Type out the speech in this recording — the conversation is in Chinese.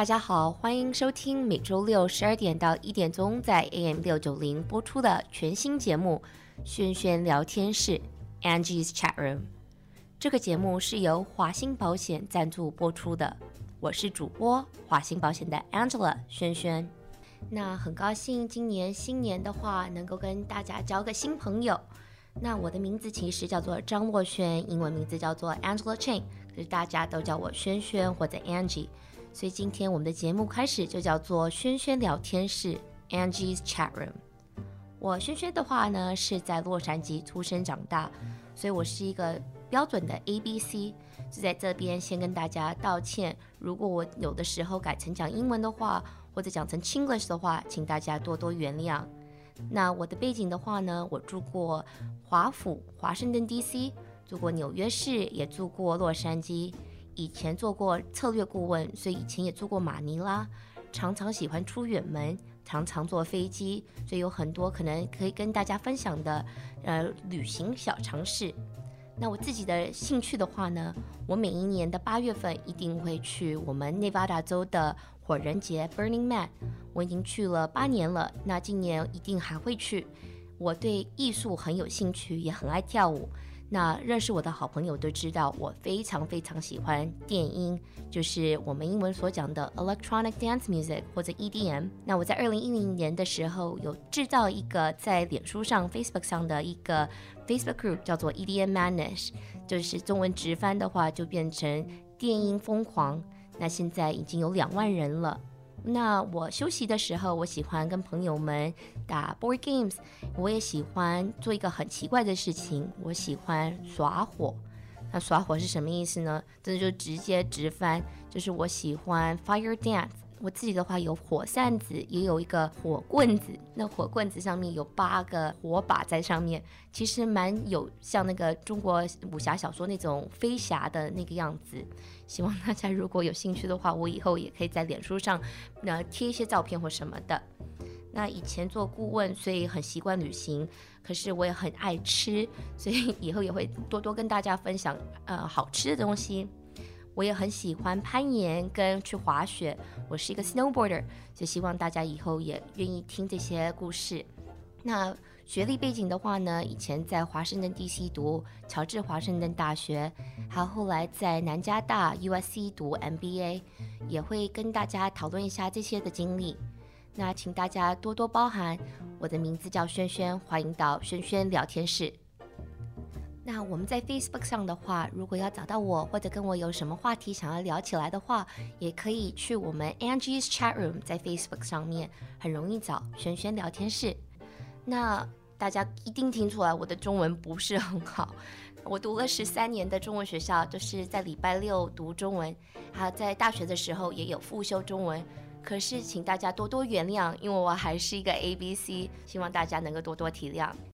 大家好，欢迎收听每周六12点到1点钟在 AM690 播出的全新节目轩轩聊天室 Angie's Chat Room。 这个节目是由华兴保险赞助播出的，我是主播华兴保险的 Angela 轩轩。那很高兴今年新年的话能够跟大家交个新朋友。那我的名字其实叫做张洛轩，英文名字叫做 Angela Chang， 可是大家都叫我轩轩或者 Angie， 所以今天我们的节目开始就叫做轩轩聊天室 Angie's Chat Room。 我轩轩的话呢是在洛杉矶出生长大，所以我是一个标准的 ABC， 就在这边先跟大家道歉，如果我有的时候改成讲英文的话，或者讲成 Chinglish 的话，请大家多多原谅。那我的背景的话呢，我住过华府华盛顿 DC， 住过纽约市，也住过洛杉矶，以前做过策略顾问，所以以前也住过马尼拉，常常喜欢出远门，常常坐飞机，所以有很多可能可以跟大家分享的旅行小常识。那我自己的兴趣的话呢，我每一年的8月份一定会去我们内华达州的火人节 Burning Man， 我已经去了8年了，那今年一定还会去。我对艺术很有兴趣，也很爱跳舞。那认识我的好朋友都知道，我非常非常喜欢电音，就是我们英文所讲的 Electronic Dance Music 或者 EDM。那我在2010年的时候有制造一个在脸书上 Facebook 上的一个 Facebook Group， 叫做 EDM Madness， 就是中文直翻的话就变成电音疯狂。那现在已经有2万人了。那我休息的时候，我喜欢跟朋友们打 board games， 我也喜欢做一个很奇怪的事情，我喜欢耍火。那耍火是什么意思呢？这就直接直翻，就是我喜欢 fire dance。我自己的话有火扇子，也有一个火棍子，那火棍子上面有8个火把在上面，其实蛮有像那个中国武侠小说那种飞侠的那个样子。希望大家如果有兴趣的话，我以后也可以在脸书上贴一些照片或什么的。那以前做顾问，所以很习惯旅行，可是我也很爱吃，所以以后也会多多跟大家分享好吃的东西。我也很喜欢攀岩跟去滑雪，我是一个 snowboarder， 就希望大家以后也愿意听这些故事。那学历背景的话呢，以前在华盛顿 DC 读乔治华盛顿大学，还有后来在南加大 USC 读 MBA， 也会跟大家讨论一下这些的经历。那请大家多多包涵，我的名字叫轩轩，欢迎到轩轩聊天室。那我们在 Facebook 上的话，如果要找到我或者跟我有什么话题想要聊起来的话，也可以去我们 Angie's Chat Room， 在 Facebook 上面很容易找轩轩聊天室。那大家一定听出来我的中文不是很好，我读了13年的中文学校，就是在礼拜6读中文，还有在大学的时候也有复修中文，可是请大家多多原谅，因为我还是一个 ABC， 希望大家能够多多体谅。